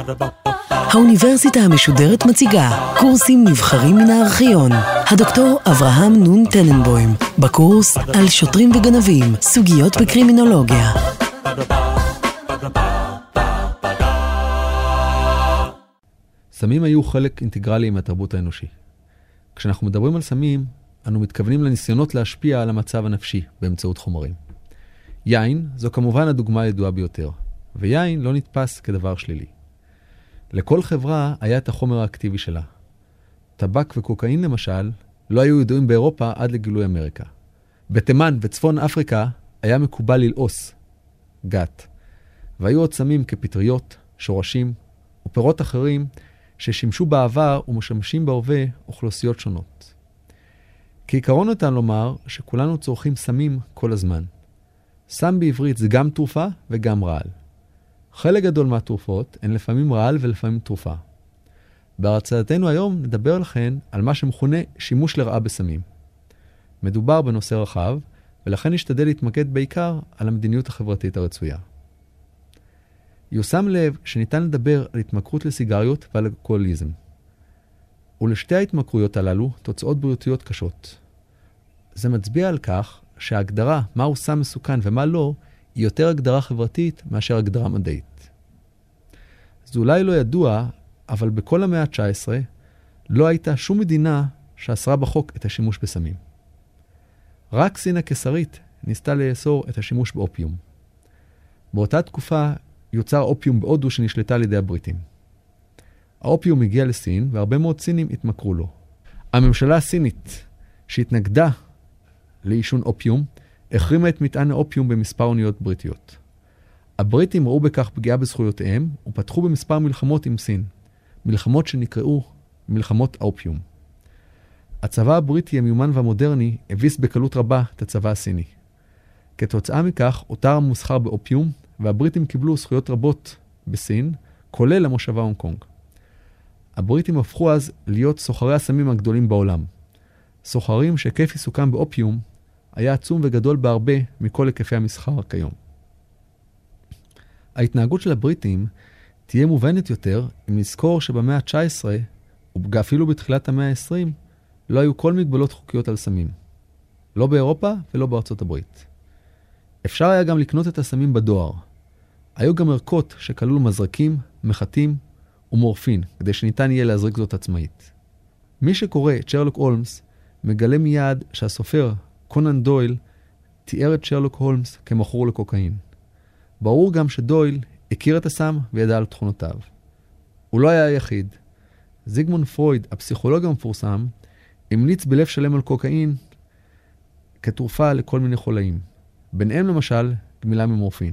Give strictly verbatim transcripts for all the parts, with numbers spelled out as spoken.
האוניברסיטה המשודרת מציגה קורסים נבחרים מן הארכיון. הדוקטור אברהם נון טננבוים, בקורס על שוטרים וגנבים, סוגיות בקרימינולוגיה. סמים היו חלק אינטגרלי מהתרבות האנושי. כשאנחנו מדברים על סמים, אנו מתכוונים לניסיונות להשפיע על המצב הנפשי באמצעות חומרים. יין זו כמובן הדוגמה הידועה ביותר, ויין לא נתפס כדבר שלילי. לכל חברה היה את החומר האקטיבי שלה. טבק וקוקאין למשל לא היו ידועים באירופה עד לגילוי אמריקה. בתימן וצפון אפריקה היה מקובל ללעוס, גת, והיו עוד סמים כפטריות, שורשים ופירות אחרים ששימשו בעבר ומשמשים בהווה אוכלוסיות שונות. כעיקרון ניתן לומר שכולנו צורכים סמים כל הזמן. סם בעברית זה גם תרופה וגם רעל. חלק גדול מהתרופות הן לפעמים רעל ולפעמים תרופה. בהרצאתנו היום נדבר לכן על מה שמכונה שימוש לרעה בסמים. מדובר בנושא רחב, ולכן נשתדל להתמקד בעיקר על המדיניות החברתית הרצויה. יושם לב שניתן לדבר על התמכרות לסיגריות ועל אלכוהוליזם. ולשתי ההתמכרויות הללו תוצאות בריאותיות קשות. זה מצביע על כך שההגדרה מהו סם מסוכן ומה לא היא יותר הגדרה חברתית מאשר הגדרה מדעית. זה אולי לא ידוע, אבל בכל המאה ה-תשע עשרה לא הייתה שום מדינה שאסרה בחוק את השימוש בסמים. רק סין הקיסרית ניסתה לאסור את השימוש באופיום. באותה תקופה יוצר אופיום בהודו שנשלטה על ידי הבריטים. האופיום הגיע לסין והרבה מאוד סינים התמכרו לו. הממשלה הסינית שהתנגדה לעישון אופיום החרימה את מטען האופיום במספר אוניות בריטיות. הבריטים ראו בכך פגיעה בזכויותיהם ופתחו במספר מלחמות עם סין, מלחמות שנקראו מלחמות האופיום. הצבא הבריטי המיומן והמודרני הביס בקלות רבה את הצבא הסיני. כתוצאה מכך הותר המסחר באופיום, והבריטים קיבלו זכויות רבות בסין, כולל המושבה הונג קונג. הבריטים הפכו אז להיות סוחרי הסמים הגדולים בעולם. סוחרים שהיקף עיסוקם באופיום היה עצום וגדול בהרבה מכל היקפי המסחר כיום. ההתנהגות של הבריטים תהיה מובנת יותר אם נזכור שבמאה ה-תשע עשרה, ואפילו בתחילת המאה ה-עשרים, לא היו כל מגבלות חוקיות על סמים. לא באירופה ולא בארצות הברית. אפשר היה גם לקנות את הסמים בדואר. היו גם ערכות שכללו מזרקים, מחטים ומורפין, כדי שניתן יהיה להזריק זאת עצמאית. מי שקורא את שרלוק הולמס מגלה מיד שהסופר קונן דויל תיאר את שרלוק הולמס כמכור לקוקאין. ברור גם שדויל הכיר את הסם וידע על תכונותיו. הוא לא היה היחיד. זיגמונד פרויד, הפסיכולוג המפורסם, המליץ בלב שלם על קוקאין כתרופה לכל מיני חולאים. ביניהם למשל גמילה ממורפין.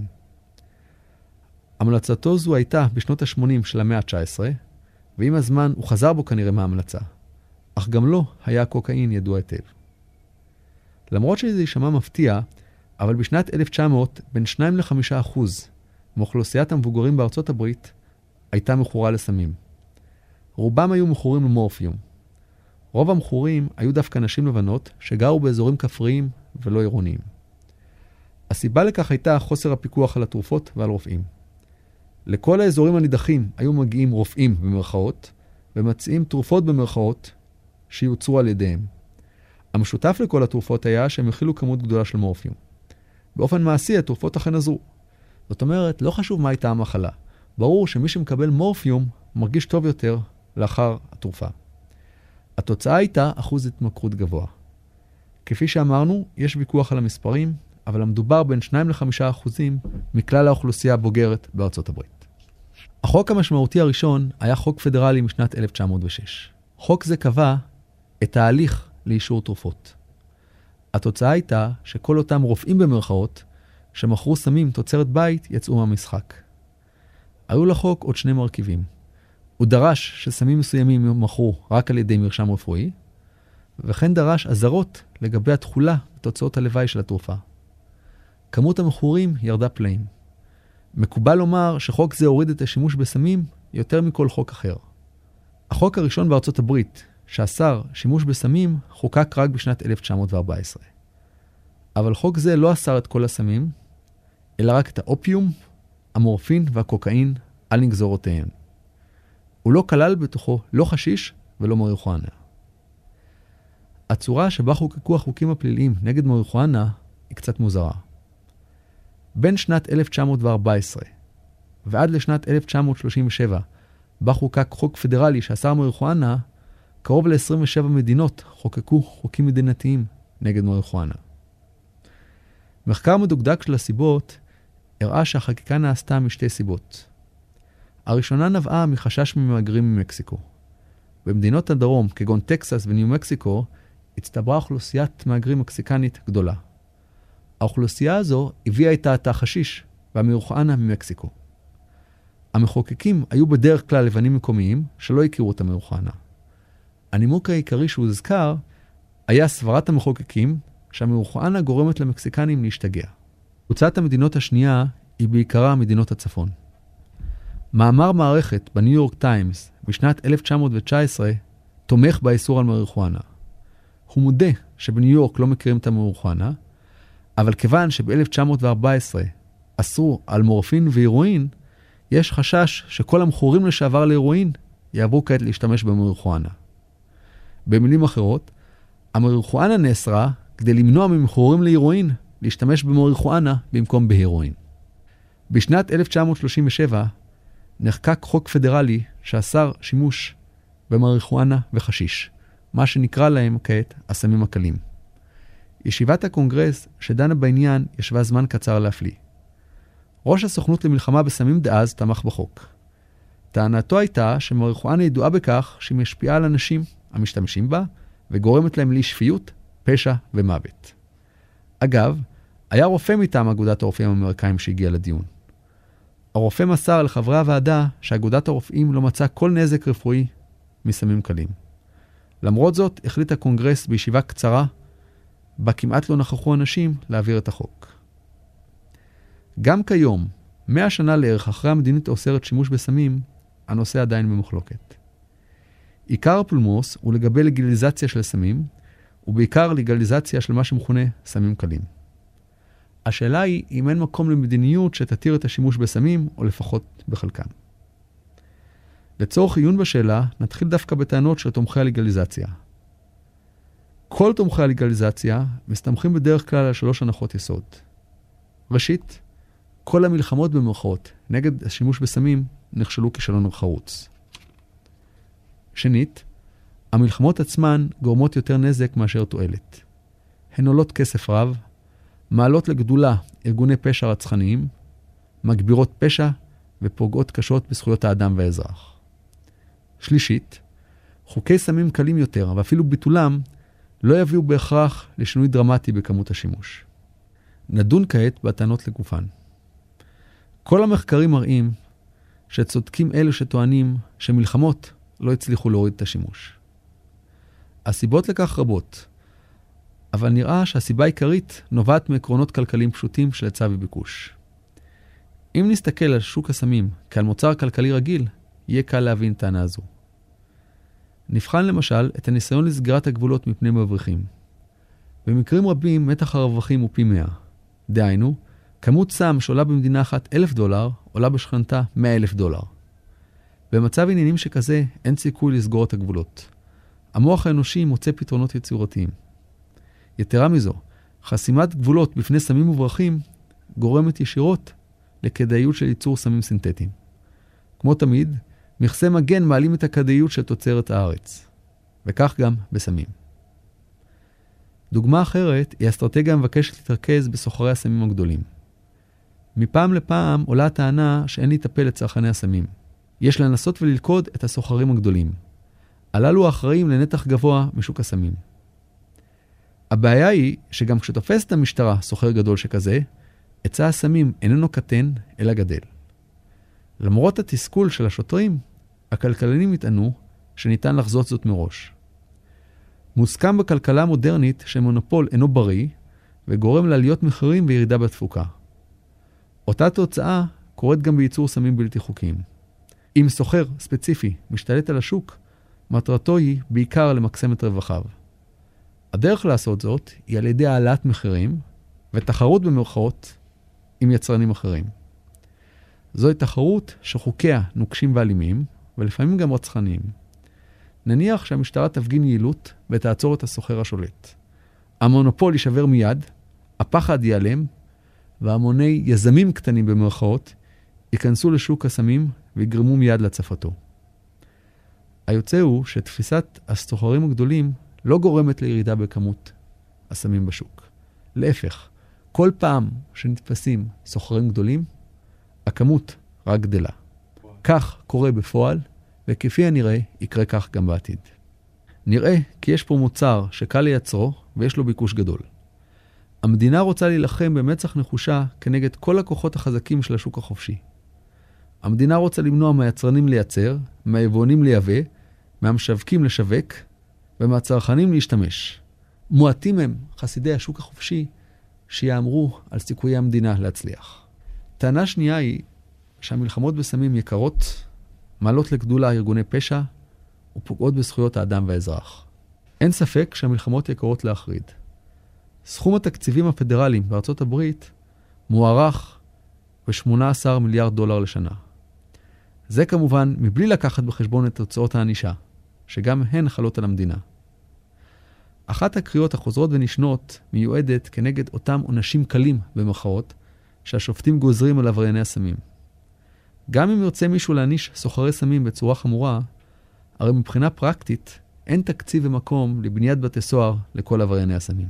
המלצתו זו הייתה בשנות ה-שמונים של המאה ה-תשע עשרה, ועם הזמן הוא חזר בו כנראה מההמלצה. אך גם לו היה קוקאין ידוע היטב. למרות שזה יישמע מפתיע, אבל בשנת אלף תשע מאות בין שניים לחמישה אחוז מאוכלוסיית המבוגרים בארצות הברית הייתה מכורה לסמים. רובם היו מכורים למורפיום. רוב המכורים היו דווקא נשים לבנות שגרו באזורים כפריים ולא עירוניים. הסיבה לכך הייתה חוסר הפיקוח על התרופות ועל רופאים. לכל האזורים הנידחים היו מגיעים רופאים במרכאות, ומציעים תרופות במרכאות שיוצרו על ידיהם. המשותף לכל התרופות היה שהם הכילו כמות גדולה של מורפיום. באופן מעשי התרופות אכן עזרו. זאת אומרת, לא חשוב מה הייתה המחלה. ברור שמי שמקבל מורפיום מרגיש טוב יותר לאחר התרופה. התוצאה הייתה אחוז התמכרות גבוה. כפי שאמרנו, יש ויכוח על המספרים, אבל המדובר בין שניים לחמישה אחוזים מכלל האוכלוסייה הבוגרת בארצות הברית. החוק המשמעותי הראשון היה חוק פדרלי משנת אלף תשע מאות ושש. חוק זה קבע את ההליך לאישור תרופות. התוצאה הייתה שכל אותם רופאים במרכאות שמכרו סמים תוצרת בית יצאו מהמשחק. היו לחוק עוד שני מרכיבים. הוא דרש שסמים מסוימים מכרו רק על ידי מרשם רפואי, וכן דרש עזרות לגבי התחולה ותוצאות הלוואי של התרופה. כמות המכורים ירדה פלאים. מקובל לומר שחוק זה הוריד את השימוש בסמים יותר מכל חוק אחר. החוק הראשון בארצות הברית שאסר שימוש בסמים חוקק רק בשנת אלף תשע מאות וארבע עשרה. אבל חוק זה לא אסר את כל הסמים, אלא רק את האופיום, המורפין והקוקאין על נגזורותיהם. הוא לא כלל בתוכו לא חשיש ולא מריחואנה. הצורה שבה חוקקו החוקים הפליליים נגד מריחואנה היא קצת מוזרה. בין שנת אלף תשע מאות וארבע עשרה ועד לשנת אלף תשע מאות שלושים ושבע, בה חוקק חוק פדרלי שאסר מריחואנה, קרוב ל-עשרים ושבע מדינות חוקקו חוקים מדינתיים נגד מריחואנה. מחקר מדוקדק של הסיבות הראה שהחקיקה נעשתה משתי סיבות. הראשונה נבעה מחשש ממהגרים ממקסיקו. במדינות הדרום, כגון טקסס וניו מקסיקו, הצטברה אוכלוסיית מהגרים מקסיקנית גדולה. האוכלוסייה הזו הביאה איתה את החשיש והמריחואנה ממקסיקו. המחוקקים היו בדרך כלל לבנים מקומיים שלא הכירו את המריחואנה. הנימוק העיקרי שהוזכר היה סברת המחוקקים שהמריחואנה גורמת למקסיקנים להשתגע. קבוצת המדינות השנייה היא בעיקרה מדינות הצפון. מאמר מערכת בניו יורק טיימס בשנת אלף תשע מאות תשע עשרה תומך באיסור על מריחואנה. הוא מודה שבניו יורק לא מכירים את המריחואנה, אבל כיוון שב-אלף תשע מאות וארבע עשרה אסרו על מורפין והירואין, יש חשש שכל המכורים לשעבר להירואין יעברו כעת להשתמש במריחואנה. במילים אחרות, המריחואנה נאסרה כדי למנוע ממכורים להירואין להשתמש במריחואנה במקום בהירואין. בשנת אלף תשע מאות שלושים ושבע נחקק חוק פדרלי שאסר שימוש במריחואנה וחשיש, מה שנקרא להם כעת הסמים הקלים. ישיבת הקונגרס שדנה בעניין ישבה זמן קצר להפליא. ראש הסוכנות למלחמה בסמים דאז תמך בחוק. טענתו הייתה שמריחואנה ידועה בכך שהיא משפיעה על אנשים המשתמשים בה וגורמת להם לאי-שפיות, פשע ומוות. אגב, היה רופא מטעם אגודת הרופאים האמריקאים שהגיע לדיון. הרופא מסר לחברי הוועדה שאגודת הרופאים לא מצא כל נזק רפואי מסמים קלים. למרות זאת, החליט הקונגרס בישיבה קצרה, בה כמעט לא נכחו אנשים להעביר את החוק. גם כיום, מאה שנה לערך אחרי המדיניות האוסרת שימוש בסמים, הנושא עדיין במחלוקת. עיקר הפולמוס הוא לגבי לגליזציה של סמים, ובעיקר לגליזציה של מה שמכונה סמים קלים. השאלה היא אם אין מקום למדיניות שתתיר את השימוש בסמים, או לפחות בחלקם. לצורך עיון בשאלה, נתחיל דווקא בטענות של תומכי הלגליזציה. כל תומכי הלגליזציה מסתמכים בדרך כלל על שלוש הנחות יסוד. ראשית, כל המלחמות במרכאות נגד השימוש בסמים נכשלו כישלון חרוץ. שנית, המלחמות עצמן גורמות יותר נזק מאשר תועלת. הן עולות כסף רב, מעלות לגדולה ארגוני פשע רצחניים, מגבירות פשע ופוגעות קשות בזכויות האדם והאזרח. שלישית, חוקי סמים קלים יותר, ואפילו ביטולם, לא יביאו בהכרח לשינוי דרמטי בכמות השימוש. נדון כעת בטענות לגופן. כל המחקרים מראים שצודקים אלו שטוענים שמלחמות לא הצליחו להוריד את השימוש. הסיבות לכך רבות, אבל נראה שהסיבה העיקרית נובעת מעקרונות כלכליים פשוטים של היצע וביקוש. אם נסתכל על שוק הסמים כעל מוצר כלכלי רגיל, יהיה קל להבין טענה הזו. נבחן למשל את הניסיון לסגירת הגבולות מפני מבריחים. במקרים רבים מתח הרווחים הוא פי מאה. דהיינו, כמות סם שעולה במדינה אחת אלף דולר, עולה בשכנתה מאה אלף דולר. במצב עניינים שכזה, אין סיכוי לסגור את הגבולות. המוח האנושי מוצא פתרונות יצירתיים. יתרה מזו, חסימת גבולות בפני סמים וברחים גורמת ישירות לכדאיות של ייצור סמים סינתטיים. כמו תמיד, מכסי מגן מעלים את הכדאיות של תוצרת הארץ, וכך גם בסמים. דוגמה אחרת היא האסטרטגיה המבקשת להתרכז בסוחרי הסמים הגדולים. מפעם לפעם עולה הטענה שאין להטפל לצרכני הסמים. יש לנסות וללכוד את הסוחרים הגדולים. הללו האחראים לנתח גבוה משוק הסמים. הבעיה היא שגם כשתופסת המשטרה סוחר גדול שכזה, היצע הסמים איננו קטן אלא גדל. למרות התסכול של השוטרים, הכלכלנים יטענו שניתן לחזות זאת מראש. מוסכם בכלכלה המודרנית שמונופול אינו בריא וגורם לעליות מחירים וירידה בתפוקה. אותה תוצאה קורית גם בייצור סמים בלתי חוקיים. אם סוחר ספציפי משתלט על השוק, מטרתו היא בעיקר למקסם את רווחיו. הדרך לעשות זאת היא על ידי העלאת מחירים ותחרות במרכאות עם יצרנים אחרים. זוהי תחרות שחוקיה נוקשים ואלימים, ולפעמים גם רצחניים. נניח שהמשטרה תפגין יעילות ותעצור את הסוחר השולט. המונופול יישבר מיד, הפחד ייעלם, והמוני יזמים קטנים במרכאות ייכנסו לשוק הסמים ויגרמו מיד להצפתו. היוצא הוא שתפיסת הסוחרים הגדולים לא גורמת לירידה בכמות הסמים בשוק. להפך, כל פעם שנתפסים סוחרים גדולים, הכמות רק גדלה. כך קורה בפועל, וכפי הנראה יקרה כך גם בעתיד. נראה כי יש פה מוצר שקל לייצרו ויש לו ביקוש גדול. המדינה רוצה להילחם במצח נחושה כנגד כל הכוחות החזקים של השוק החופשי. המדינה רוצה למנוע מהיצרנים לייצר, מהיבואנים לייבא, מהמשווקים לשווק ומהצרכנים להשתמש. מועטים הם חסידי השוק החופשי שיאמרו על סיכויי המדינה להצליח. טענה שנייה היא שהמלחמות בסמים יקרות, מעלות לגדולה ארגוני פשע ופוגעות בזכויות האדם והאזרח. אין ספק שהמלחמות יקרות להחריד. סכום התקציבים הפדרליים בארצות הברית מוערך ב-שמונה עשר מיליארד דולר לשנה. זה כמובן מבלי לקחת בחשבון את תוצאות הענישה, שגם הן חלות על המדינה. אחת הקריאות החוזרות ונשנות מיועדת כנגד אותם עונשים קלים במחאות שהשופטים גוזרים על עברייני הסמים. גם אם ירצה מישהו להעניש סוחרי סמים בצורה חמורה, הרי מבחינה פרקטית אין תקציב ומקום לבניית בתי סוהר לכל עברייני הסמים.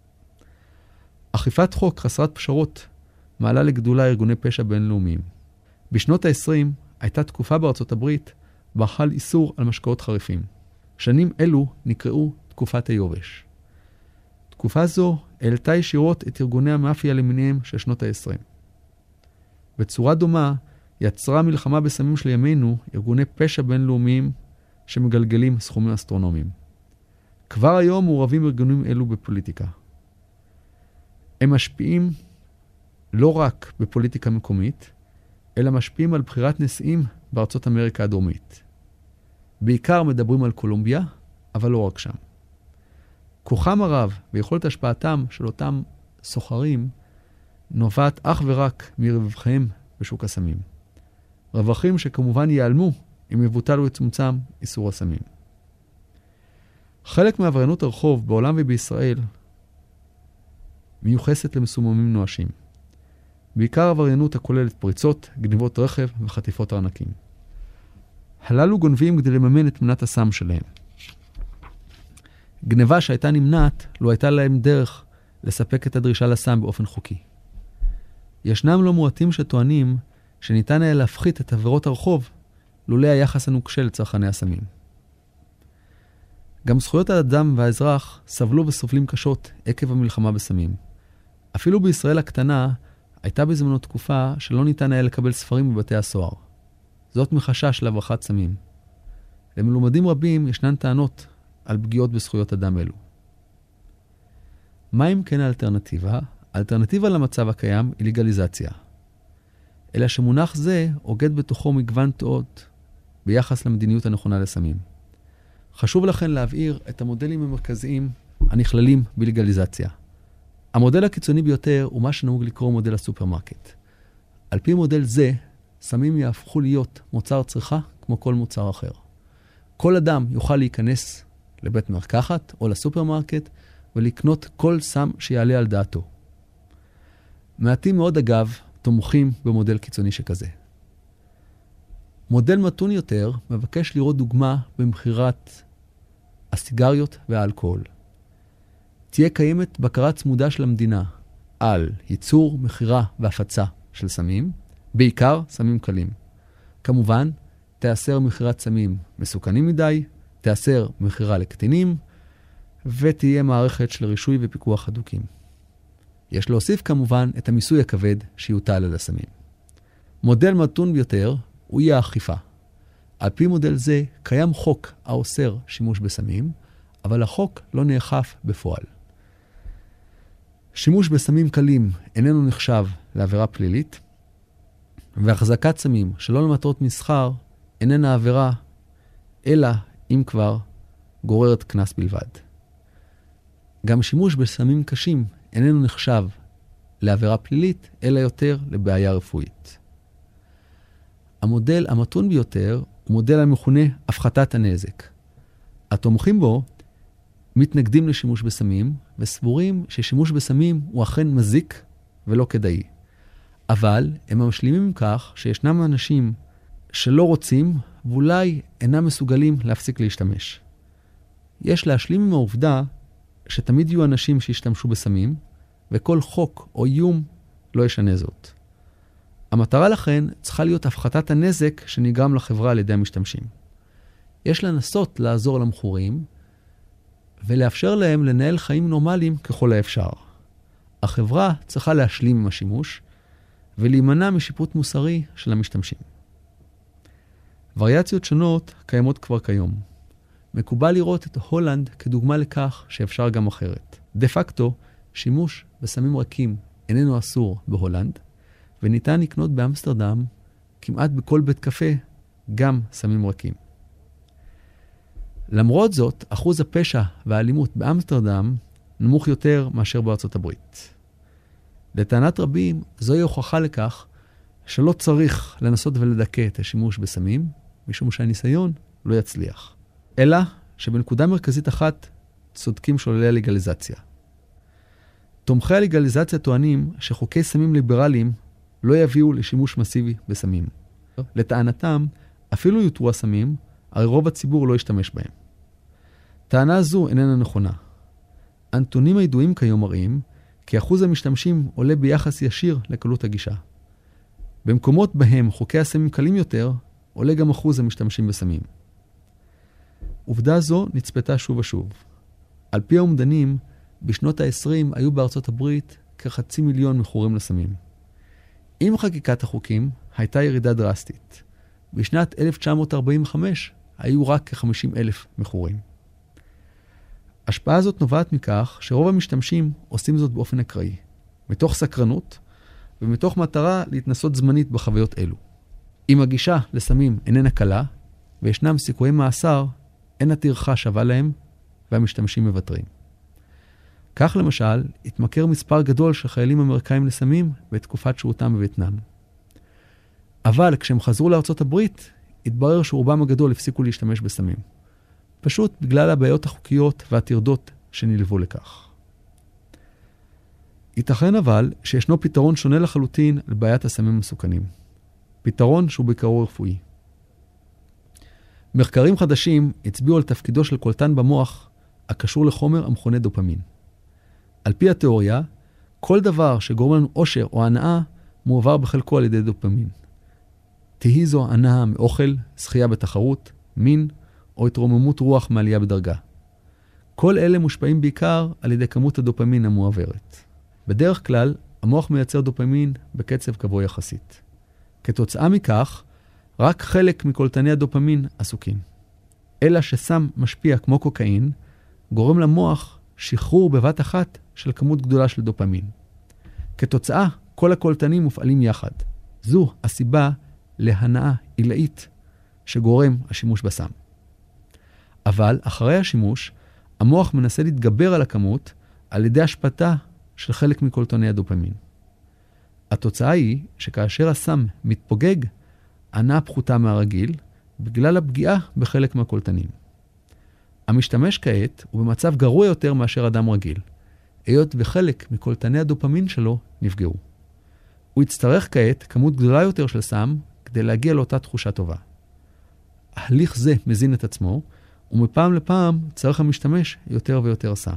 אכיפת חוק חסרת פשרות מעלה לגדולה ארגוני פשע בינלאומיים. בשנות ה-עשרים הייתה תקופה בארצות הברית בה חל איסור על משקאות חריפים. שנים אלו נקראו תקופת היובש. תקופה זו העלתה ישירות את ארגוני המאפיה למיניהם של שנות ה-עשרים. בצורה דומה יצרה מלחמה בסמים של ימינו ארגוני פשע בינלאומיים שמגלגלים סכומים אסטרונומיים. כבר היום מעורבים ארגונים אלו בפוליטיקה. הם משפיעים לא רק בפוליטיקה מקומית, אלא משפיעים על בחירת נשיאים בארצות אמריקה הדרומית. בעיקר מדברים על קולומביה, אבל לא רק שם. כוחם הרב ויכולת השפעתם של אותם סוחרים נובעת אך ורק מרווחיהם בשוק הסמים. רווחים שכמובן ייעלמו אם יבוטל או יצומצם איסור הסמים. חלק מעבריינות הרחוב בעולם ובישראל מיוחסת למסוממים נואשים. בעיקר עבריינות הכוללת פריצות, גניבות רכב וחטיפות ארנקים. הללו גונבים כדי לממן את מנת הסם שלהם. גניבה שהייתה נמנעת לא הייתה להם דרך לספק את הדרישה לסם באופן חוקי. ישנם לא מועטים שטוענים שניתן היה להפחית את עבירות הרחוב לולא היחס הנוקשה לצרכני הסמים. גם זכויות האדם והאזרח סבלו וסובלים קשות עקב המלחמה בסמים. אפילו בישראל הקטנה הייתה בזמנו תקופה שלא ניתן היה לקבל ספרים בבתי הסוהר. זאת מחשש להברחת סמים. למלומדים רבים ישנן טענות על פגיעות בזכויות אדם אלו. מה אם כן האלטרנטיבה? האלטרנטיבה למצב הקיים היא לגליזציה. אלא שמונח זה עוגד בתוכו מגוון תאות ביחס למדיניות הנכונה לסמים. חשוב לכן להבהיר את המודלים המרכזיים הנכללים בלגליזציה. המודל הקיצוני ביותר הוא מה שנהוג לקרוא מודל הסופרמרקט. על פי מודל זה, סמים יהפכו להיות מוצר צריכה כמו כל מוצר אחר. כל אדם יוכל להיכנס לבית מרקחת או לסופרמרקט ולקנות כל סם שיעלה על דעתו. מעטים מאוד אגב תומכים במודל קיצוני שכזה. מודל מתון יותר מבקש לראות דוגמה במחירת הסיגריות והאלכוהול. תהיה קיימת בקרה צמודה של המדינה על ייצור, מחירה והפצה של סמים, בעיקר סמים קלים. כמובן, תאסר מחירת סמים מסוכנים מדי, תאסר מחירה לקטינים, ותהיה מערכת של רישוי ופיקוח הדוקים. יש להוסיף כמובן את המיסוי הכבד שיוטל על הסמים. מודל מתון ביותר הוא יהיה האכיפה. על פי מודל זה קיים חוק האוסר שימוש בסמים, אבל החוק לא נאכף בפועל. שימוש בסמים קלים איננו נחשב לעבירה פלילית, והחזקת סמים שלא למטרות מסחר איננה עבירה, אלא אם כבר גוררת קנס בלבד. גם שימוש בסמים קשים איננו נחשב לעבירה פלילית, אלא יותר לבעיה רפואית. המודל המתון ביותר הוא מודל המכונה הפחתת הנזק. התומכים בו מתנגדים לשימוש בסמים, וסבורים ששימוש בסמים הוא אכן מזיק ולא כדאי. אבל הם משלימים עם כך שישנם אנשים שלא רוצים, ואולי אינם מסוגלים להפסיק להשתמש. יש להשלים עם העובדה שתמיד יהיו אנשים שישתמשו בסמים, וכל חוק או איום לא ישנה זאת. המטרה לכן צריכה להיות הפחתת הנזק שנגרם לחברה על ידי המשתמשים. יש לנסות לעזור למכורים, ולאפשר להם לנהל חיים נורמליים ככל האפשר. החברה צריכה להשלים עם השימוש, ולהימנע משיפוט מוסרי של המשתמשים. וריאציות שונות קיימות כבר כיום. מקובל לראות את הולנד כדוגמה לכך שאפשר גם אחרת. דה פקטו, שימוש בסמים רכים איננו אסור בהולנד, וניתן לקנות באמסטרדם כמעט בכל בית קפה גם סמים רכים. למרות זאת, אחוז הפשע והאלימות באמסטרדם נמוך יותר מאשר בארצות הברית. לטענת רבים, זוהי הוכחה לכך שלא צריך לנסות ולדכא את השימוש בסמים, משום שהניסיון לא יצליח. אלא שבנקודה מרכזית אחת צודקים שוללי הלגליזציה. תומכי הלגליזציה טוענים שחוקי סמים ליברליים לא יביאו לשימוש מסיבי בסמים. לטענתם, אפילו יותרו הסמים, הרי רוב הציבור לא ישתמש בהם. טענה זו איננה נכונה. הנתונים הידועים כיום מראים כי אחוז המשתמשים עולה ביחס ישיר לקלות הגישה. במקומות בהם חוקי הסמים קלים יותר, עולה גם אחוז המשתמשים בסמים. עובדה זו נצפתה שוב ושוב. על פי האומדנים, בשנות ה-עשרים היו בארצות הברית כחצי מיליון מכורים לסמים. עם חקיקת החוקים הייתה ירידה דרסטית. בשנת אלף תשע מאות ארבעים וחמש היו רק כ-חמישים אלף מכורים. השפעה הזאת נובעת מכך שרוב המשתמשים עושים זאת באופן אקראי, מתוך סקרנות ומתוך מטרה להתנסות זמנית בחוויות אלו. אם הגישה לסמים איננה קלה וישנם סיכויי מאסר, אין הטרחה שווה להם והמשתמשים מבטרים. כך למשל, התמכר מספר גדול של חיילים אמריקאים לסמים בתקופת שירותם בווייטנאם. אבל כשהם חזרו לארצות הברית, התברר שרובם הגדול הפסיקו להשתמש בסמים. פשוט בגלל הבעיות החוקיות והטרדות שנלוו לכך. ייתכן אבל שישנו פתרון שונה לחלוטין לבעיית הסמים המסוכנים. פתרון שהוא בעיקרו רפואי. מחקרים חדשים הצביעו על תפקידו של קולטן במוח הקשור לחומר המכונה דופמין. על פי התיאוריה, כל דבר שגורם לנו אושר או הנאה מועבר בחלקו על ידי דופמין. תהי זו הנאה מאוכל, שחייה בתחרות, מין או התרוממות רוח מעלייה בדרגה. כל אלה מושפעים בעיקר על ידי כמות הדופמין המועברת. בדרך כלל, המוח מייצר דופמין בקצב קבוע יחסית. כתוצאה מכך, רק חלק מקולטני הדופמין עסוקים. אלא שסם משפיע כמו קוקאין, גורם למוח שחרור בבת אחת של כמות גדולה של דופמין. כתוצאה, כל הקולטנים מופעלים יחד. זו הסיבה להנאה עילאית שגורם השימוש בסם. אבל אחרי השימוש, המוח מנסה להתגבר על הכמות על ידי השפעתה של חלק מקולטני הדופמין. התוצאה היא שכאשר הסם מתפוגג, הנאה פחותה מהרגיל בגלל הפגיעה בחלק מהקולטנים. המשתמש כעת הוא במצב גרוע יותר מאשר אדם רגיל, היות וחלק מקולטני הדופמין שלו נפגעו. הוא יצטרך כעת כמות גדולה יותר של סם כדי להגיע לאותה תחושה טובה. ההליך זה מזין את עצמו, ומפעם לפעם צריך המשתמש יותר ויותר סם.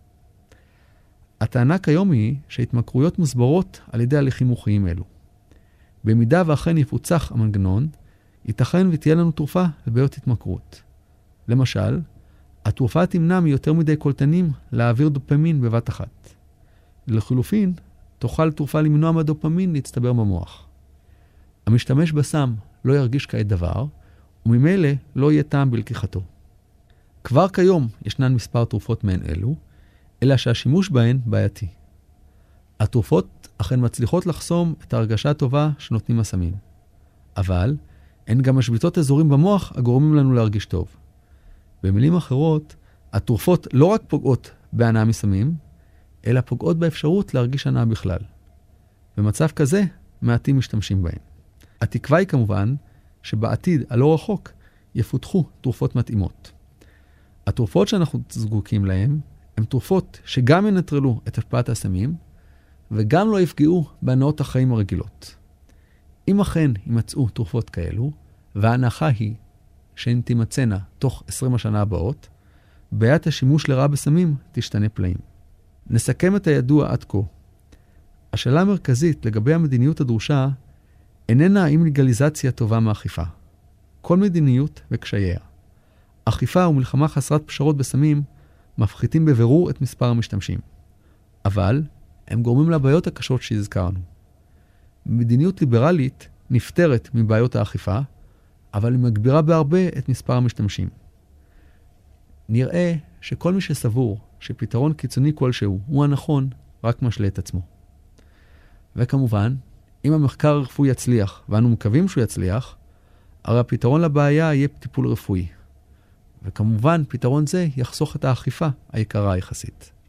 הטענה כיום היא שהתמכרויות מוסברות על ידי הליכים מוחיים אלו. במידה ואכן יפוצח המנגנון, ייתכן ותהיה לנו תרופה לבעיות התמכרות. למשל, התרופה תמנע מיותר מדי קולטנים להעביר דופמין בבת אחת. לחילופין, תוכל תרופה למנוע מהדופמין להצטבר במוח. המשתמש בסם לא ירגיש כעת דבר, וממילא לא יהיה טעם בלקיחתו. כבר כיום ישנן מספר תרופות מהן אלו, אלא שהשימוש בהן בעייתי. התרופות אכן מצליחות לחסום את ההרגשה הטובה שנותנים הסמים. אבל הן גם משביתות אזורים במוח הגורמים לנו להרגיש טוב. במילים אחרות, התרופות לא רק פוגעות בהנאה מסמים, אלא פוגעות באפשרות להרגיש הנאה בכלל. במצב כזה, מעטים משתמשים בהן. התקווה היא כמובן שבעתיד הלא רחוק יפותחו תרופות מתאימות. התרופות שאנחנו זקוקים להן הן תרופות שגם ינטרלו את השפעת הסמים וגם לא יפגעו בהנאות החיים הרגילות. אם אכן יימצאו תרופות כאלו, וההנחה היא שהן תימצאנה תוך עשרים השנה הבאות, בעיית השימוש לרעה בסמים תשתנה פלאים. נסכם את הידוע עד כה. השאלה המרכזית לגבי המדיניות הדרושה איננה האם לגליזציה טובה מאכיפה. כל מדיניות וקשייה. אכיפה ומלחמה חסרת פשרות בסמים מפחיתים בבירור את מספר המשתמשים. אבל הם גורמים לבעיות הקשות שהזכרנו. מדיניות ליברלית נפטרת מבעיות האכיפה, אבל היא מגבירה בהרבה את מספר המשתמשים. נראה שכל מי שסבור שפתרון קיצוני כלשהו הוא הנכון, רק משלה את עצמו. וכמובן, אם המחקר הרפואי יצליח, ואנו מקווים שהוא יצליח, הרי הפתרון לבעיה יהיה טיפול רפואי. וכמובן, פתרון זה יחסוך את האכיפה היקרה יחסית.